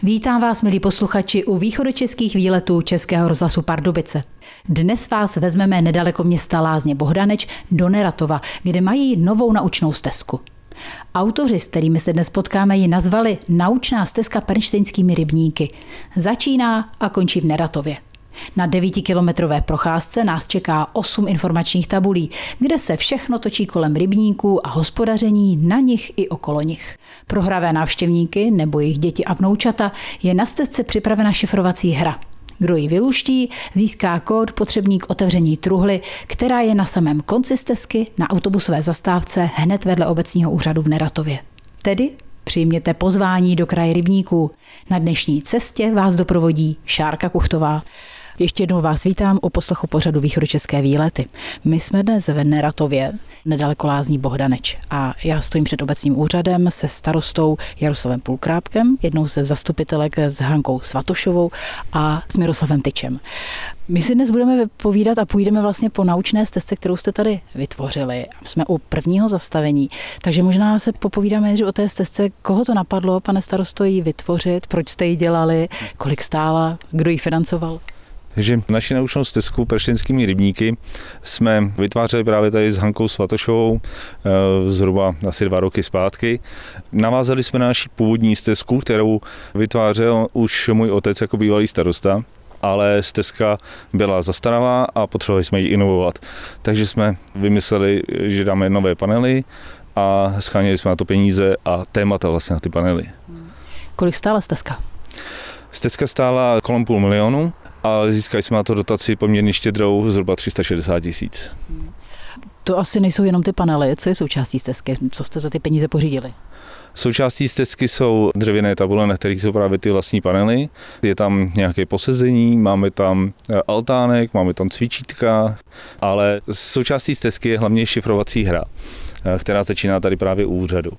Vítám vás, milí posluchači, u východočeských výletů Českého rozhlasu Pardubice. Dnes vás vezmeme nedaleko města Lázně Bohdaneč do Neratova, kde mají novou naučnou stezku. Autoři, s kterými se dnes potkáme, ji nazvali Naučná stezka pernštejnskými rybníky. Začíná a končí v Neratově. Na 9kilometrové procházce nás čeká 8 informačních tabulí, kde se všechno točí kolem rybníků a hospodaření na nich i okolo nich. Pro hravé návštěvníky nebo jejich děti a vnoučata je na stezce připravena šifrovací hra. Kdo ji vyluští, získá kód potřebný k otevření truhly, která je na samém konci stezky na autobusové zastávce hned vedle obecního úřadu v Neratově. Tedy přijměte pozvání do kraje rybníků. Na dnešní cestě vás doprovodí Šárka Kuchtová. Ještě jednou vás vítám u poslechu pořadu Východočeské výlety. My jsme dnes v Neratově, nedaleko Lázní Bohdaneč, a já stojím před obecním úřadem se starostou Jaroslavem Pulkrábkem, jednou ze zastupitelek s Hankou Svatošovou a s Miroslavem Tyčem. My si dnes budeme povídat a půjdeme vlastně po naučné stezce, kterou jste tady vytvořili. Jsme u prvního zastavení, takže možná se popovídáme o té stezce. Koho to napadlo, pane starosto, ji vytvořit, proč jste ji dělali, kolik stála, kdo ji financoval? Takže naši naučnou stezku pernštejnskými rybníky jsme vytvářeli právě tady s Hankou Svatošovou zhruba asi 2 roky zpátky. Navázali jsme na naši původní stezku, kterou vytvářel už můj otec jako bývalý starosta, ale stezka byla zastaralá a potřebovali jsme ji inovovat. Takže jsme vymysleli, že dáme nové panely a scháněli jsme na to peníze a témata vlastně na ty panely. Kolik stála stezka? Stezka stála kolem 500 000, ale získali jsme na to dotaci poměrně štědrou, zhruba 360 000. To asi nejsou jenom ty panely, co je součástí stezky? Co jste za ty peníze pořídili? Součástí stezky jsou dřevěné tabule, na kterých jsou právě ty vlastní panely. Je tam nějaké posezení, máme tam altánek, máme tam cvičítka, ale součástí stezky je hlavně šifrovací hra, která začíná tady právě u úřadu.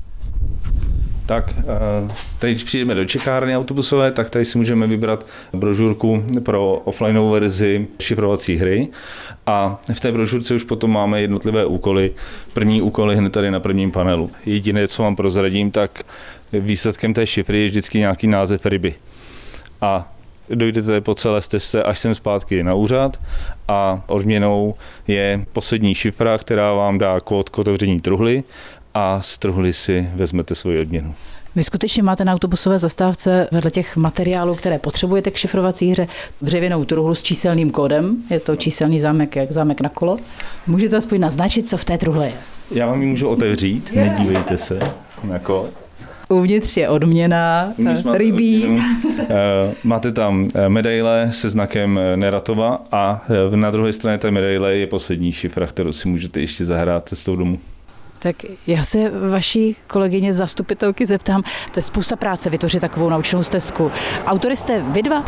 Tak, tady když přijdeme do čekárny autobusové, tak tady si můžeme vybrat brožurku pro offlineovou verzi šifrovací hry a v té brožurce už potom máme jednotlivé úkoly. První úkol je hned tady na prvním panelu. Jediné, co vám prozradím, tak výsledkem té šifry je vždycky nějaký název ryby. A dojdete po celé stezce až sem zpátky na úřad a odměnou je poslední šifra, která vám dá kód k otevření truhly a z truhly si vezmete svoji odměnu. Vy skutečně máte na autobusové zastávce vedle těch materiálů, které potřebujete k šifrovací hře, dřevěnou truhlu s číselným kódem. Je to číselný zámek, jak zámek na kolo. Můžete aspoň naznačit, co v té truhle je? Já vám ji můžu otevřít, nedívejte se na kód. Uvnitř je odměna, rybí. Máte tam medaile se znakem Neratova a na druhé straně té medaile je poslední šifra, kterou si můžete ještě zahrát cestou domů. Tak já se vaší kolegyně zastupitelky zeptám, to je spousta práce vytvořit takovou naučnou stezku. Autory jste vy dva?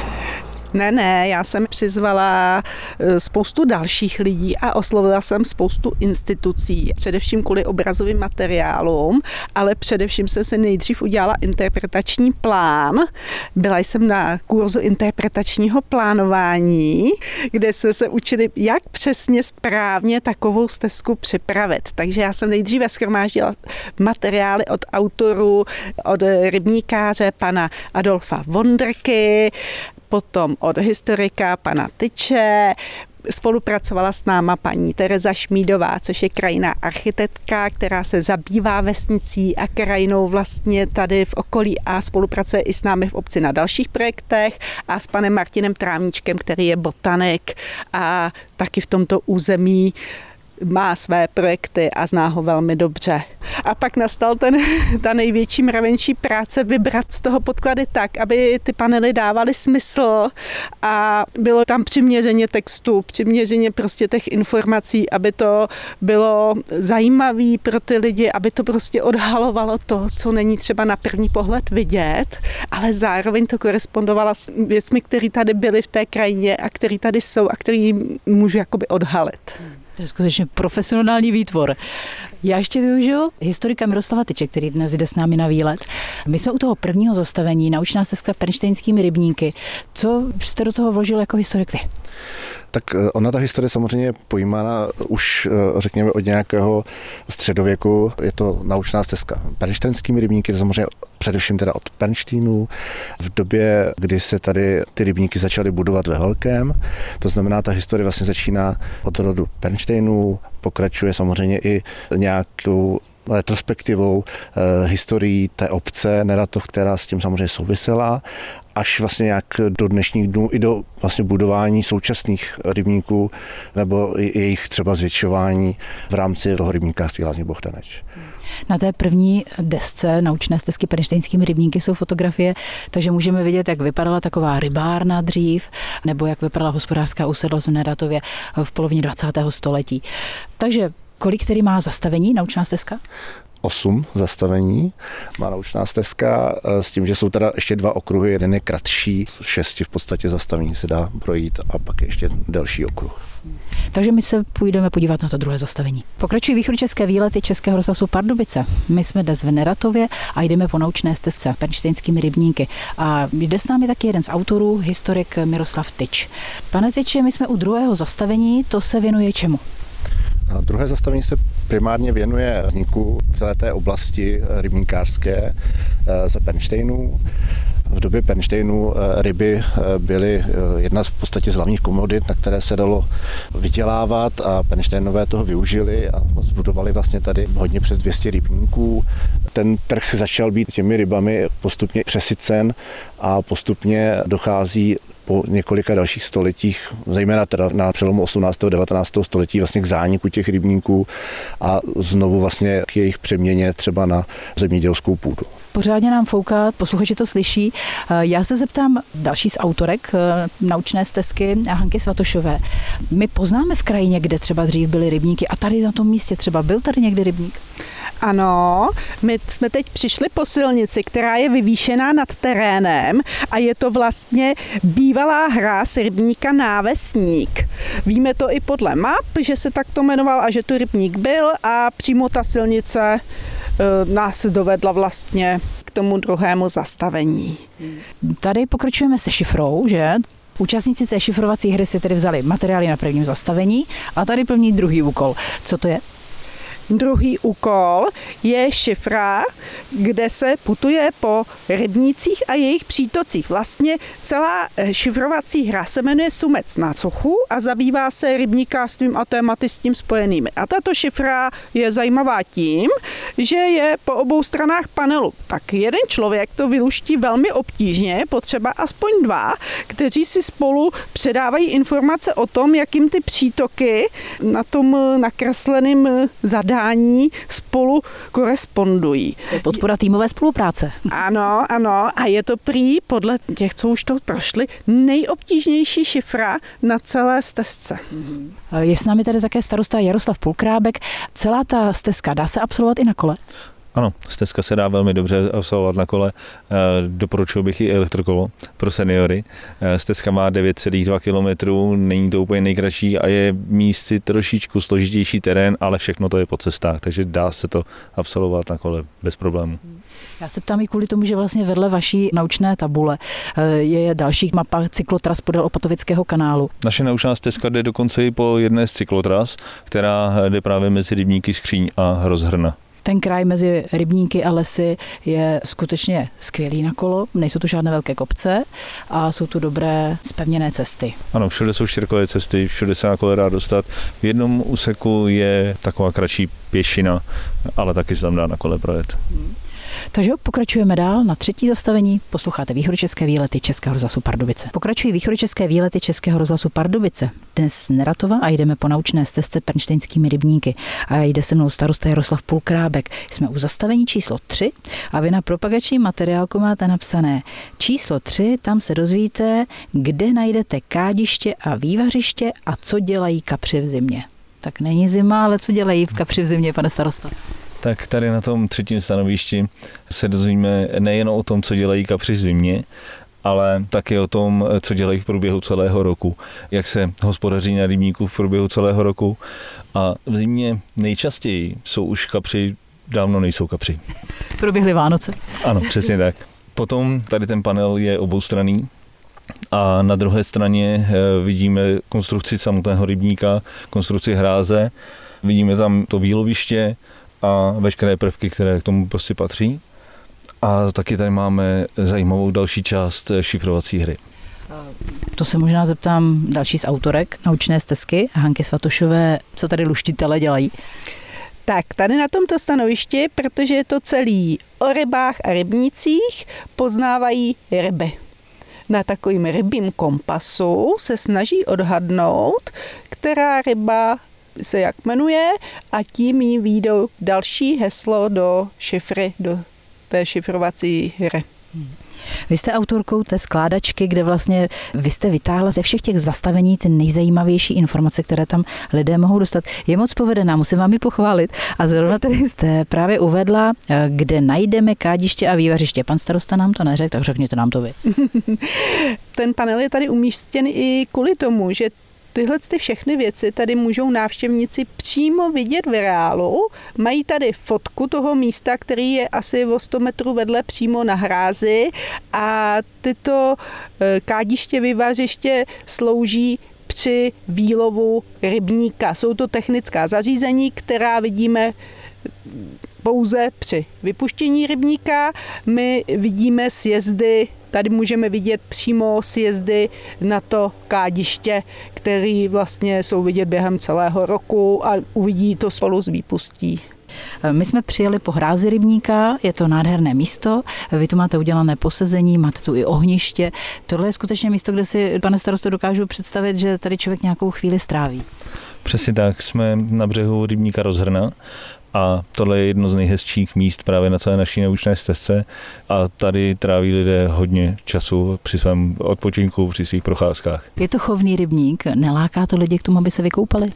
Ne, já jsem přizvala spoustu dalších lidí a oslovila jsem spoustu institucí, především kvůli obrazovým materiálům, ale především jsem se nejdřív udělala interpretační plán. Byla jsem na kurzu interpretačního plánování, kde jsme se učili, jak přesně správně takovou stezku připravit. Takže já jsem nejdříve shromáždila materiály od autorů, od rybníkáře pana Adolfa Vondrky, potom od historika pana Tyče, spolupracovala s náma paní Tereza Šmídová, což je krajinná architektka, která se zabývá vesnicí a krajinou vlastně tady v okolí a spolupracuje i s námi v obci na dalších projektech a s panem Martinem Trávníčkem, který je botanik a taky v tomto území má své projekty a zná ho velmi dobře. A pak nastal ta největší mravenčí práce vybrat z toho podklady tak, aby ty panely dávaly smysl a bylo tam přiměřeně textu, přiměřeně prostě těch informací, aby to bylo zajímavé pro ty lidi, aby to prostě odhalovalo to, co není třeba na první pohled vidět, ale zároveň to korespondovalo s věcmi, které tady byly v té krajině a které tady jsou a které můžu jakoby odhalit. To je skutečně profesionální výtvor. Já ještě využiju historika Miroslava Tyče, který dnes jde s námi na výlet. My jsme u toho prvního zastavení, naučná stezka pernštejnskými rybníky. Co jste do toho vložil jako historik vy? Tak ona ta historie samozřejmě je pojímána už, řekněme, od nějakého středověku. Je to naučná stezka pernštejnskými rybníky, to samozřejmě především teda od Pernštejnů, v době, kdy se tady ty rybníky začaly budovat ve velkém. To znamená, ta historie vlastně začíná od rodu Pernštejnů, pokračuje samozřejmě i nějakou retrospektivou historií té obce Neratov, která s tím samozřejmě souvisela, až vlastně nějak do dnešních dnů i do vlastně budování současných rybníků nebo jejich třeba zvětšování v rámci toho rybníkářství Lázně Bohdaneč. Na té první desce naučné stezky Pernštejnskými rybníky jsou fotografie, takže můžeme vidět, jak vypadala taková rybárna dřív, nebo jak vypadala hospodářská usedlost v Neratově v polovině 20. století. Takže kolik tedy má zastavení naučná stezka? 8 zastavení má naučná stezka s tím, že jsou teda ještě 2 okruhy, jeden je kratší, 6 v podstatě zastavení se dá projít a pak ještě delší okruh. Takže my se půjdeme podívat na to druhé zastavení. Pokračují východočeské výlety Českého rozhlasu Pardubice. My jsme dnes v Neratově a jdeme po naučné stezce Pernštejnskými rybníky. A jde s námi taky jeden z autorů, historik Miroslav Tyč. Pane Tyči, my jsme u druhého zastavení, to se věnuje čemu? A druhé zastavení se primárně věnuje vzniku celé té oblasti rybníkářské za Pernštejnů. V době Pernštejnů ryby byly jedna v podstatě z hlavních komodit, na které se dalo vydělávat a Pernštejnové toho využili a zbudovali vlastně tady hodně přes 200 rybníků. Ten trh začal být těmi rybami postupně přesycen a postupně dochází po několika dalších stoletích, zejména teda na přelomu 18. a 19. století vlastně k zániku těch rybníků a znovu vlastně k jejich přeměně třeba na zemědělskou půdu. Pořádně nám fouká, posluchači to slyší. Já se zeptám další z autorek naučné stezky Hanky Svatošové. My poznáme v krajině, kde třeba dřív byly rybníky a tady na tom místě třeba byl tady někdy rybník? Ano, my jsme teď přišli po silnici, která je vyvýšená nad terénem a je to vlastně bývalá hráz rybníka Návesník. Víme to i podle map, že se takto jmenoval a že tu rybník byl a přímo ta silnice nás dovedla vlastně k tomu druhému zastavení. Tady pokračujeme se šifrou, že? Účastníci té šifrovací hry si tedy vzali materiály na prvním zastavení a tady plní druhý úkol. Co to je? Druhý úkol je šifra, kde se putuje po rybnících a jejich přítocích. Vlastně celá šifrovací hra se jmenuje Sumec na Cochu a zabývá se rybníkářstvím a tématy s tím spojenými. A tato šifra je zajímavá tím, že je po obou stranách panelu. Tak jeden člověk to vyluští velmi obtížně, potřeba aspoň 2, kteří si spolu předávají informace o tom, jakým ty přítoky na tom nakresleném zadání spolu korespondují. To je podpora týmové spolupráce. Ano, ano. A je to prý, podle těch, co už to prošli, nejobtížnější šifra na celé stezce. Je s námi tady také starosta Jaroslav Pulkrábek. Celá ta stezka dá se absolvovat i na kole? Ano, stezka se dá velmi dobře absolvovat na kole. Doporučuji bych i elektrokolo pro seniory. Stezka má 9,2 km, není to úplně nejkratší a je místy trošičku složitější terén, ale všechno to je po cestách, takže dá se to absolvovat na kole bez problémů. Já se ptám i kvůli tomu, že vlastně vedle vaší naučné tabule je další mapa cyklotras podél Opatovického kanálu. Naše naučná stezka jde dokonce i po jedné z cyklotras, která jde právě mezi rybníky Skříň a Rozhrna. Ten kraj mezi rybníky a lesy je skutečně skvělý na kolo, nejsou tu žádné velké kopce a jsou tu dobré zpevněné cesty. Ano, všude jsou štěrkové cesty, všude se na kole dá dostat. V jednom úseku je taková kratší pěšina, ale taky se tam dá na kole projet. Takže pokračujeme dál na třetí zastavení. Posloucháte východočeské výlety Českého rozhlasu Pardubice. Pokračují východočeské výlety Českého rozhlasu Pardubice. Dnes z Neratova a jdeme po naučné stezce Pernštejnskými rybníky. A jde se mnou starosta Jaroslav Pulkrábek. Jsme u zastavení číslo 3 a vy na propagační materiálku máte napsané číslo 3, tam se dozvíte, kde najdete kádiště a vývařiště a co dělají kapři v zimě. Tak není zima, ale co dělají v kapři v zimě, pane starosto? Tak tady na tom třetím stanovišti se dozvíme nejen o tom, co dělají kapři v zimě, ale taky o tom, co dělají v průběhu celého roku, jak se hospodaří na rybníku v průběhu celého roku. A v zimě nejčastěji jsou už kapři, dávno nejsou kapři. Proběhly Vánoce. Ano, přesně tak. Potom tady ten panel je oboustranný a na druhé straně vidíme konstrukci samotného rybníka, konstrukci hráze, vidíme tam to výloviště a veškeré prvky, které k tomu prostě patří. A taky tady máme zajímavou další část šifrovací hry. To se možná zeptám další z autorek naučné stezky, Hanky Svatošové, co tady luštitele dělají. Tak, tady na tomto stanovišti, protože je to celý o rybách a rybnících, poznávají ryby. Na takovým rybím kompasu se snaží odhadnout, která ryba se jak jmenuje a tím jí výjdou další heslo do šifry, do té šifrovací hry. Vy jste autorkou té skládačky, kde vlastně vy jste vytáhla ze všech těch zastavení ty nejzajímavější informace, které tam lidé mohou dostat. Je moc povedená, musím vám ji pochválit. A zrovna tady jste právě uvedla, kde najdeme kádiště a vývařiště. Pan starosta nám to neřekl, tak řekněte nám to vy. Ten panel je tady umístěn i kvůli tomu, že tyhle všechny věci tady můžou návštěvníci přímo vidět v reálu. Mají tady fotku toho místa, který je asi o 100 metrů vedle přímo na hrázi a tyto kádiště, vyvařiště slouží při výlovu rybníka. Jsou to technická zařízení, která vidíme pouze při vypuštění rybníka. My vidíme sjezdy, tady můžeme vidět přímo sjezdy na to kádiště, které vlastně jsou vidět během celého roku a uvidí to spolu s výpustí. My jsme přijeli po hrázi rybníka, je to nádherné místo, vy tu máte udělané posezení, máte tu i ohniště. Tohle je skutečně místo, kde si, pane starosto, dokážu představit, že tady člověk nějakou chvíli stráví. Přesně tak, jsme na břehu rybníka Rozhrna. A tohle je jedno z nejhezčích míst právě na celé naší naučné stezce a tady tráví lidé hodně času při svém odpočinku, při svých procházkách. Je to chovný rybník, neláká to lidi k tomu, aby se vykoupali?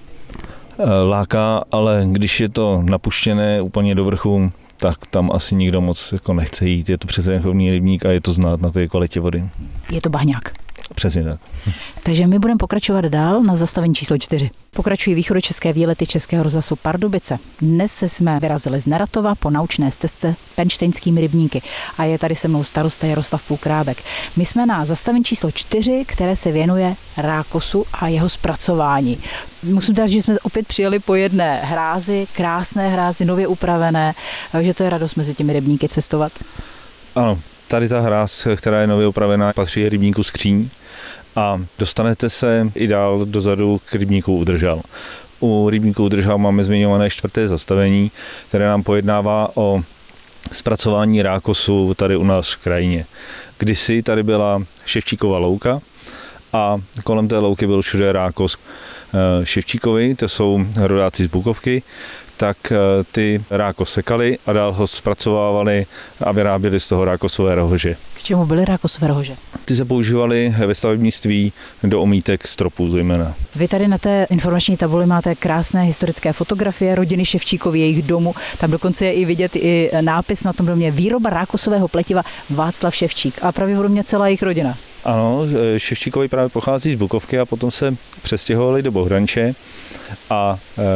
Láká, ale když je to napuštěné úplně do vrchu, tak tam asi nikdo moc jako nechce jít. Je to přece chovný rybník a je to znát na té kvalitě vody. Je to bahňák. Přesně tak. Takže my budeme pokračovat dál na zastavení číslo 4. Pokračují východočeské výlety Českého rozhlasu Pardubice. Dnes jsme vyrazili z Neratova po naučné stezce Pernštejnskými rybníky a je tady se mnou starosta Jaroslav Půkrábek. My jsme na zastavení číslo 4, které se věnuje rákosu a jeho zpracování. Musím říct, že jsme opět přijeli po jedné hrázi, krásné hrázi, nově upravené, že to je radost mezi těmi rybníky cestovat. Ano, tady ta hráz, která je nově upravená, patří rybníku Skříň a dostanete se i dál dozadu k rybníku Udržal. U rybníku Udržal máme zmiňované 4. zastavení, které nám pojednává o zpracování rákosu tady u nás v krajině. Kdysi tady byla Ševčíkova louka a kolem té louky byl všude rákos Ševčíkovi, to jsou rodáci z Bukovky, tak ty rákos sekali a dál ho zpracovávali a vyráběli z toho rákosové rohože. K čemu byly rákosové rohože? Ty se používaly ve stavebnictví do omítek stropů zejména. Vy tady na té informační tabuli máte krásné historické fotografie rodiny Ševčíkovy, jejich domu. Tam dokonce je i vidět i nápis na tom domě výroba rákosového pletiva Václav Ševčík a pravděpodobně celá jejich rodina. Ano, Ševčíkovi právě pochází z Bukovky a potom se přestěhovali do Bohdanče a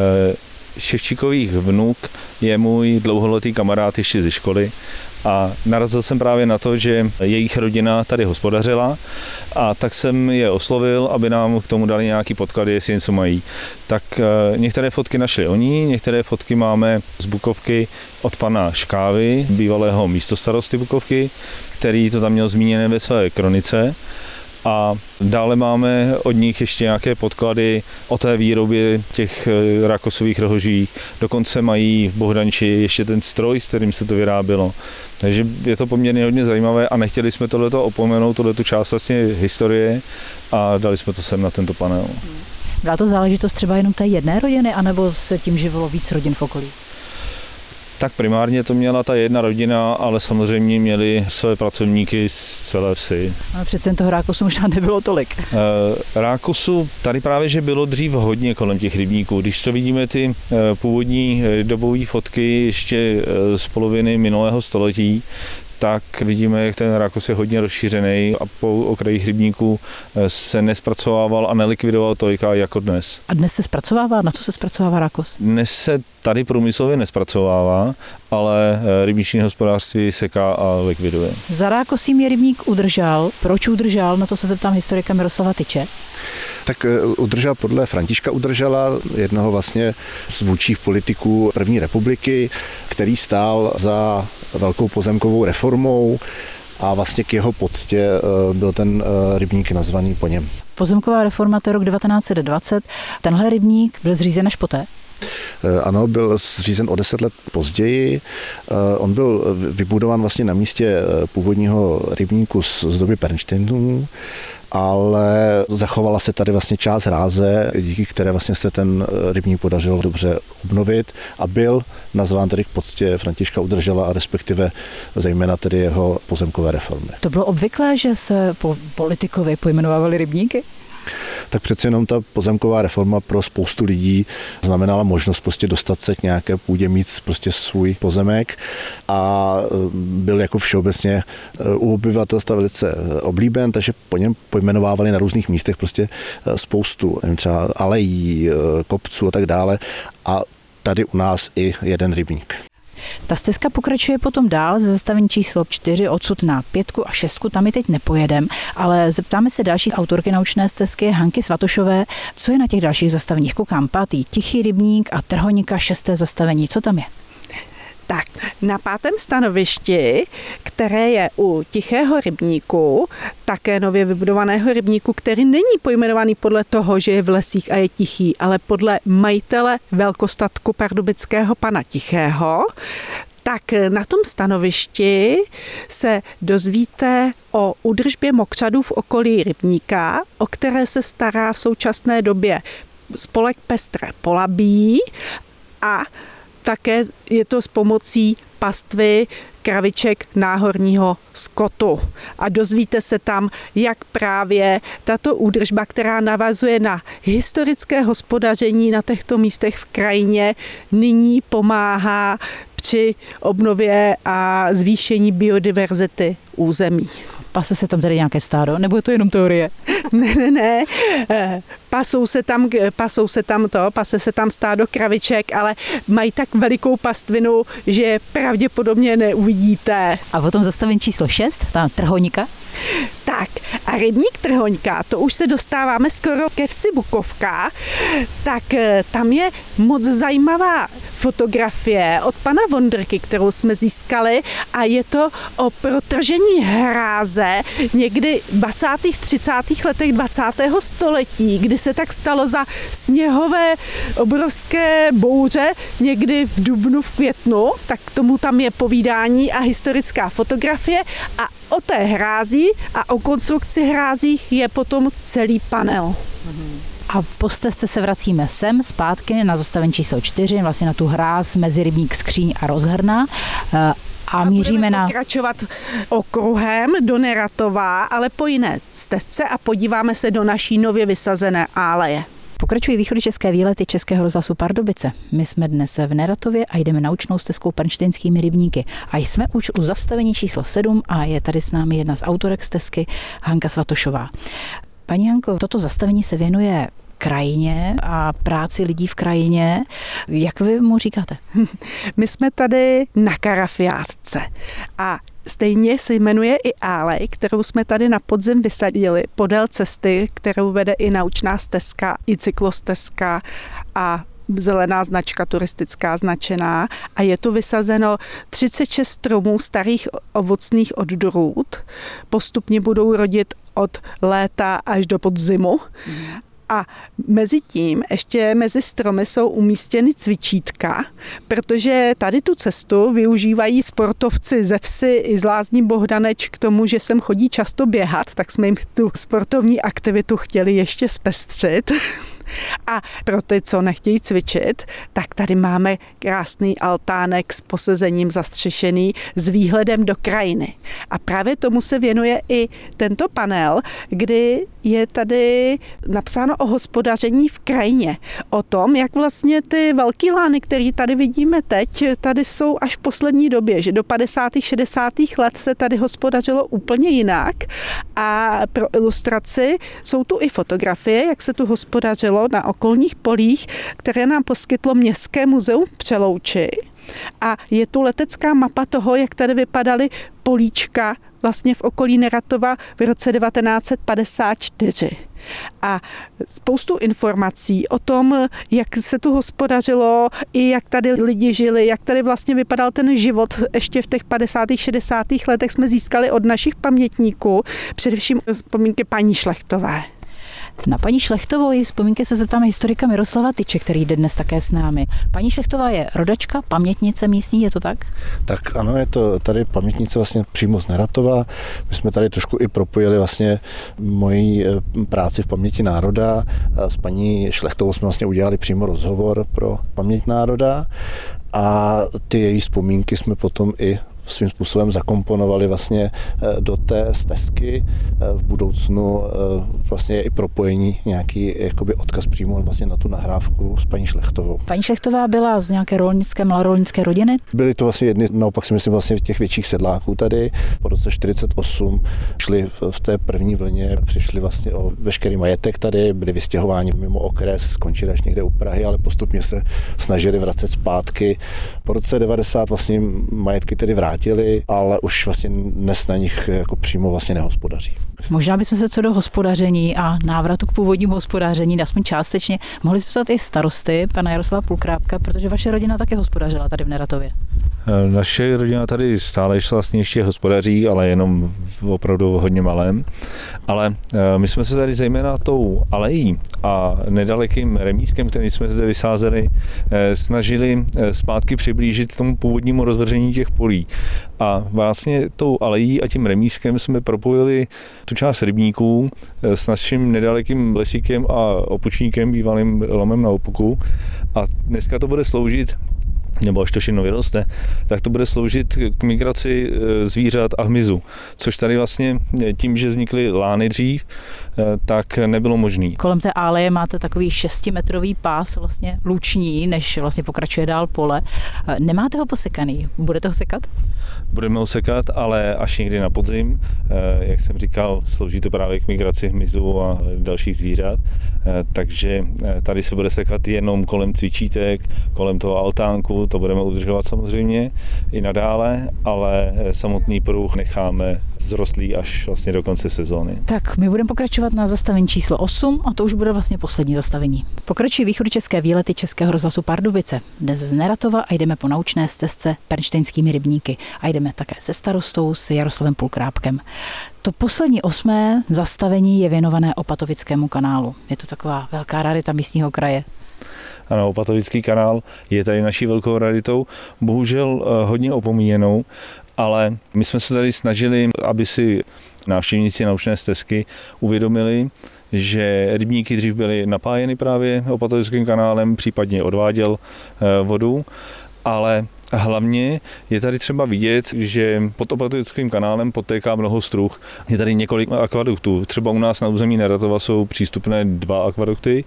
Ševčíkových vnuk je můj dlouholetý kamarád ještě ze školy a narazil jsem právě na to, že jejich rodina tady hospodařila a tak jsem je oslovil, aby nám k tomu dali nějaký podklady, jestli něco mají. Tak některé fotky našli oni, některé fotky máme z Bukovky od pana Škávy, bývalého místostarosty Bukovky, který to tam měl zmíněné ve své kronice. A dále máme od nich ještě nějaké podklady o té výrobě těch rákosových rohoží. Dokonce mají v Bohdanči ještě ten stroj, s kterým se to vyrábělo. Takže je to poměrně hodně zajímavé a nechtěli jsme tohleto opomenout, tohleto část vlastně historie a dali jsme to sem na tento panel. Byla to záležitost třeba jenom té jedné rodiny, anebo se tím živilo víc rodin v okolí? Tak primárně to měla ta jedna rodina, ale samozřejmě měli své pracovníky z celé vsi. Ale přece toho rákosu možná nebylo tolik. Rákosu tady právě, že bylo dřív hodně kolem těch rybníků. Když to vidíme ty původní dobové fotky ještě z poloviny minulého století, tak vidíme, jak ten rákos je hodně rozšířený a po okrajích rybníků se nespracovával a nelikvidoval tolik jako dnes. A dnes se zpracovává? Na co se zpracovává rákos? Dnes se tady průmyslově nespracovává, ale rybniční hospodářství seká a likviduje. Za Rákosím je rybník udržel. Proč udržel? Na to se zeptám historika Miroslava Tyče. Tak udržel podle Františka Udržela, jednoho vlastně z vůdčích politiků první republiky, který stál za velkou pozemkovou reformou a vlastně k jeho poctě byl ten rybník nazvaný po něm. Pozemková reforma, to je rok 1920. Tenhle rybník byl zřízen až poté? Ano, byl zřízen o 10 let později. On byl vybudován vlastně na místě původního rybníku z doby Pernštejnů, ale zachovala se tady vlastně část hráze, díky které vlastně se ten rybník podařilo dobře obnovit a byl nazván tedy k poctě Františka Udržela a respektive zejména tedy jeho pozemkové reformy. To bylo obvyklé, že se po politikovi pojmenovávali rybníky? Tak přeci jenom ta pozemková reforma pro spoustu lidí znamenala možnost prostě dostat se k nějaké půdě, mít prostě svůj pozemek a byl jako všeobecně u obyvatelstva velice oblíben, takže po něm pojmenovávali na různých místech prostě spoustu, nevím, třeba alejí, kopců a tak dále a tady u nás i jeden rybník. Ta stezka pokračuje potom dál ze zastavení číslo 4 odsud na 5 a 6, tam ji teď nepojedem, ale zeptáme se další autorky naučné stezky Hanky Svatošové, co je na těch dalších zastaveních. Koukám, 5. Tichý rybník a Trhonika 6. zastavení, co tam je? Tak, na 5. stanovišti, které je u Tichého rybníku, také nově vybudovaného rybníku, který není pojmenovaný podle toho, že je v lesích a je tichý, ale podle majitele velkostatku pardubického pana Tichého, tak na tom stanovišti se dozvíte o údržbě mokřadů v okolí rybníka, o které se stará v současné době spolek Pestré Polabí a také je to s pomocí pastvy kraviček náhorního skotu. A dozvíte se tam, jak právě tato údržba, která navazuje na historické hospodaření na těchto místech v krajině, nyní pomáhá při obnově a zvýšení biodiverzity území. Pase se tam tedy nějaké stádo, nebo je to jenom teorie? Ne. Pase se tam stádo kraviček, ale mají tak velikou pastvinu, že pravděpodobně neuvidíte. A potom zastavení číslo 6, tam Trhonika. Tak a rybník Trhoňka, to už se dostáváme skoro ke vsi Bukovka, tak tam je moc zajímavá fotografie od pana Vondrky, kterou jsme získali a je to o protržení hráze někdy v 20. 30. letech 20. století, kdy se tak stalo za sněhové obrovské bouře někdy v dubnu, v květnu, tak k tomu tam je povídání a historická fotografie a o té hrázi a o konstrukci hrází je potom celý panel. A po stezce se vracíme sem zpátky na zastavení číslo 4, vlastně na tu hráz mezi Rybník Skříň a Rozhrna. A míříme na... pokračovat okruhem do Neratova, ale po jiné stezce a podíváme se do naší nově vysazené áleje. Pokračují východočeské výlety Českého rozhlasu Pardubice. My jsme dnes v Neratově a jdeme naučnou stezkou Pernštejnskými rybníky. A jsme už u zastavení číslo 7 a je tady s námi jedna z autorek stezky, Hanka Svatošová. Paní Hanko, toto zastavení se věnuje krajině a práci lidí v krajině. Jak vy mu říkáte? My jsme tady na Karafiátce a stejně se jmenuje i álej, kterou jsme tady na podzim vysadili podél cesty, kterou vede i naučná stezka, i cyklostezka a zelená značka turistická značená a je tu vysazeno 36 stromů starých ovocných odrůd. Postupně budou rodit od léta až do podzimu. A mezi tím ještě mezi stromy jsou umístěny cvičítka, protože tady tu cestu využívají sportovci ze vsi i z Lázní Bohdaneč k tomu, že sem chodí často běhat, tak jsme jim tu sportovní aktivitu chtěli ještě zpestřit. A pro ty, co nechtějí cvičit, tak tady máme krásný altánek s posezením zastřešený s výhledem do krajiny. A právě tomu se věnuje i tento panel, kdy je tady napsáno o hospodaření v krajině. O tom, jak vlastně ty velký lány, které tady vidíme teď, tady jsou až v poslední době, že do 50. 60. let se tady hospodařilo úplně jinak. A pro ilustraci jsou tu i fotografie, jak se tu hospodařilo na okolních polích, které nám poskytlo Městské muzeum v Přelouči. A je tu letecká mapa toho, jak tady vypadaly políčka vlastně v okolí Neratova v roce 1954. A spoustu informací o tom, jak se tu hospodařilo, i jak tady lidi žili, jak tady vlastně vypadal ten život ještě v těch 50. 60. letech jsme získali od našich pamětníků, především vzpomínky paní Šlechtové. Na paní Šlechtovou její vzpomínky se zeptáme historika Miroslava Tyče, který jde dnes také s námi. Paní Šlechtová je rodačka, pamětnice místní, je to tak? Tak ano, je to tady pamětnice vlastně přímo z Neratova. My jsme tady trošku i propojili vlastně moji práci v paměti národa. S paní Šlechtovou jsme vlastně udělali přímo rozhovor pro paměť národa a ty její vzpomínky jsme potom i svým způsobem zakomponovali vlastně do té stezky. V budoucnu vlastně je i propojení, nějaký jakoby odkaz přímo vlastně na tu nahrávku s paní Šlechtovou. Paní Šlechtová byla z nějaké malorolnické rodiny? Byly to vlastně jedny, naopak si myslím vlastně těch větších sedláků tady. Po roce 48 šli v té první vlně, přišli vlastně o veškerý majetek tady, byli vystěhováni mimo okres, skončili až někde u Prahy, ale postupně se snažili vracet zpátky. Po roce 90 vlastně majetky tedy vrátili, ale už vlastně dnes na nich jako přímo vlastně nehospodaří. Možná bychom se co do hospodaření a návratu k původnímu hospodaření, aspoň částečně, mohli zeptat i starosty, pana Jaroslava Pulkrápka, protože vaše rodina také hospodařila tady v Neratově. Naše rodina tady stále vlastně ještě hospodaří, ale jenom opravdu hodně malém. Ale my jsme se tady zejména tou alejí a nedalekým remískem, který jsme zde vysázeli, snažili zpátky přiblížit tomu původnímu rozvržení těch polí. A vlastně tou alejí a tím remískem jsme propojili tu část rybníků s naším nedalekým lesíkem a opučníkem, bývalým lomem na Opuku. A dneska to bude sloužit, nebo až to všechno vyroste, tak to bude sloužit k migraci zvířat a hmyzu, což tady vlastně tím, že vznikly lány dřív, tak nebylo možný. Kolem té aleje máte takový 6metrový pás vlastně luční, než vlastně pokračuje dál pole. Nemáte ho posekaný, budete ho sekat? Budeme ho sekat, ale až někdy na podzim, jak jsem říkal, slouží to právě k migraci hmyzu a dalších zvířat, takže tady se bude sekat jenom kolem cvičítek, kolem toho altánku, to budeme udržovat samozřejmě i nadále, ale samotný pruh necháme zrostlý až vlastně do konce sezóny. Tak my budeme pokračovat na zastavení číslo 8 a to už bude vlastně poslední zastavení. Pokračují východočeské výlety Českého rozhlasu Pardubice. Dnes z Neratova a jdeme po naučné stezce Pernštejnskými rybníky a jdeme také se starostou, s Jaroslavem Pulkrápkem. To poslední 8. zastavení je věnované Opatovickému kanálu. Je to taková velká rarita místního kraje. Ano, Opatovický kanál je tady naší velkou raritou, bohužel hodně opomíjenou, ale my jsme se tady snažili, aby si návštěvníci naučné stezky uvědomili, že rybníky dřív byly napájeny právě Opatovickým kanálem, případně odváděl vodu, ale hlavně je tady třeba vidět, že pod Opatovickým kanálem potéká mnoho struh. Je tady několik akvaduktů. Třeba u nás na území Neratova jsou přístupné 2 akvadukty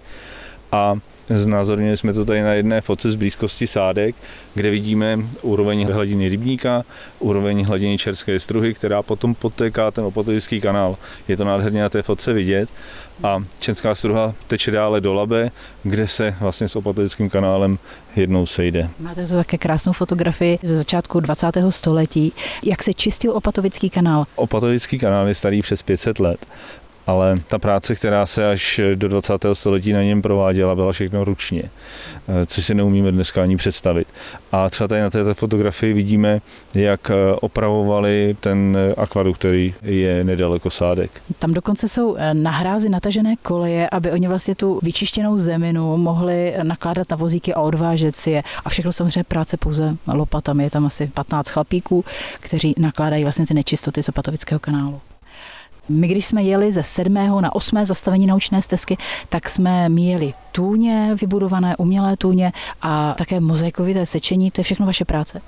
a znázornili jsme to tady na jedné fotce z blízkosti Sádek, kde vidíme úroveň hladiny rybníka, úroveň hladiny Čerské struhy, která potom podtéká ten Opatovický kanál. Je to nádherně na té fotce vidět a Česká struha teče dále do Labe, kde se vlastně s Opatovickým kanálem jednou sejde. Máte to také krásnou fotografii ze začátku 20. století. Jak se čistil Opatovický kanál? Opatovický kanál je starý přes 500 let. Ale ta práce, která se až do 20. století na něm prováděla, byla všechno ručně, což si neumíme dneska ani představit. A třeba tady na této fotografii vidíme, jak opravovali ten akvadukt, který je nedaleko Sádek. Tam dokonce jsou na hrázi natažené koleje, aby oni vlastně tu vyčištěnou zeminu mohli nakládat na vozíky a odvážet si je. A všechno samozřejmě práce pouze lopatami. Je tam asi 15 chlapíků, kteří nakládají vlastně ty nečistoty z Opatovického kanálu. My, když jsme jeli ze 7. na 8. zastavení naučné stezky, tak jsme míjeli tůně, vybudované umělé tůně a také mozaikovité sečení. To je všechno vaše práce?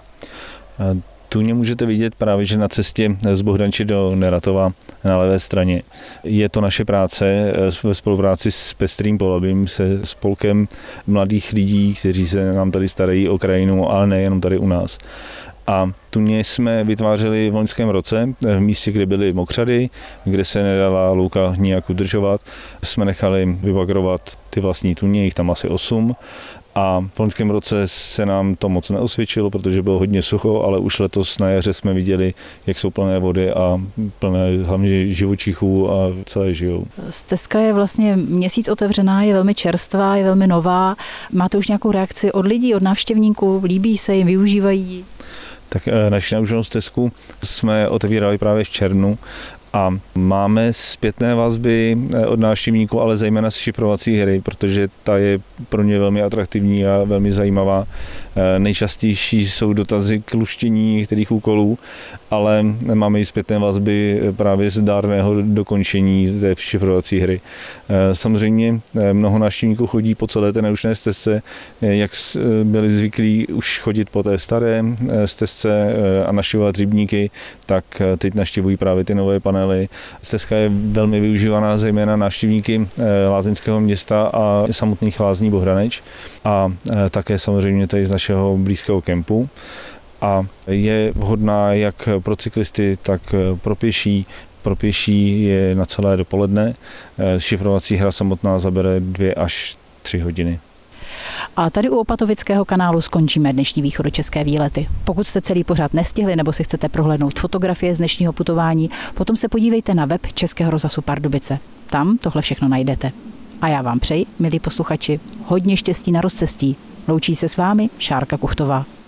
Tůně můžete vidět právě, že na cestě z Bohdanči do Neratova na levé straně. Je to naše práce ve spolupráci s Pestrým Polabím, se spolkem mladých lidí, kteří se nám tady starají o krajinu, ale nejenom tady u nás. A Tuně jsme vytvářeli v loňském roce v místě, kde byly mokřady, kde se nedala louka nijak udržovat. Jsme nechali vybagrovat ty vlastní tuně, jich tam asi 8. A v loňském roce se nám to moc neosvědčilo, protože bylo hodně sucho, ale už letos na jaře jsme viděli, jak jsou plné vody a plné hlavně živočichů a celé žijou. Stezka je vlastně měsíc otevřená, je velmi čerstvá, je velmi nová. Máte už nějakou reakci od lidí, od návštěvníků? Líbí se jim, využívají? Tak naši naučnou stezku jsme otevírali právě v červnu a máme zpětné vazby od návštěvníků, ale zejména z šifrovací hry, protože ta je pro ně velmi atraktivní a velmi zajímavá. Nejčastější jsou dotazy k luštění některých úkolů, ale máme i zpětné vazby právě z dárného dokončení té šifrovací hry. Samozřejmě mnoho návštěvníků chodí po celé té naučné stezce, jak byli zvyklí už chodit po té staré stezce a navštěvovat rybníky, tak teď navštěvují právě ty nové panely. Stezka je velmi využívaná zejména návštěvníky lázeňského města a samotných lázní Bohdaneč a také samozřejmě tady z našeho blízkého kempu. A je vhodná jak pro cyklisty, tak pro pěší. Pro pěší je na celé dopoledne. Šifrovací hra samotná zabere 2 až 3 hodiny. A tady u Opatovického kanálu skončíme dnešní východočeské výlety. Pokud jste celý pořad nestihli nebo si chcete prohlédnout fotografie z dnešního putování, potom se podívejte na web Českého rozhlasu Pardubice. Tam tohle všechno najdete. A já vám přeji, milí posluchači, hodně štěstí na rozcestí. Loučí se s vámi Šárka Kuchtová.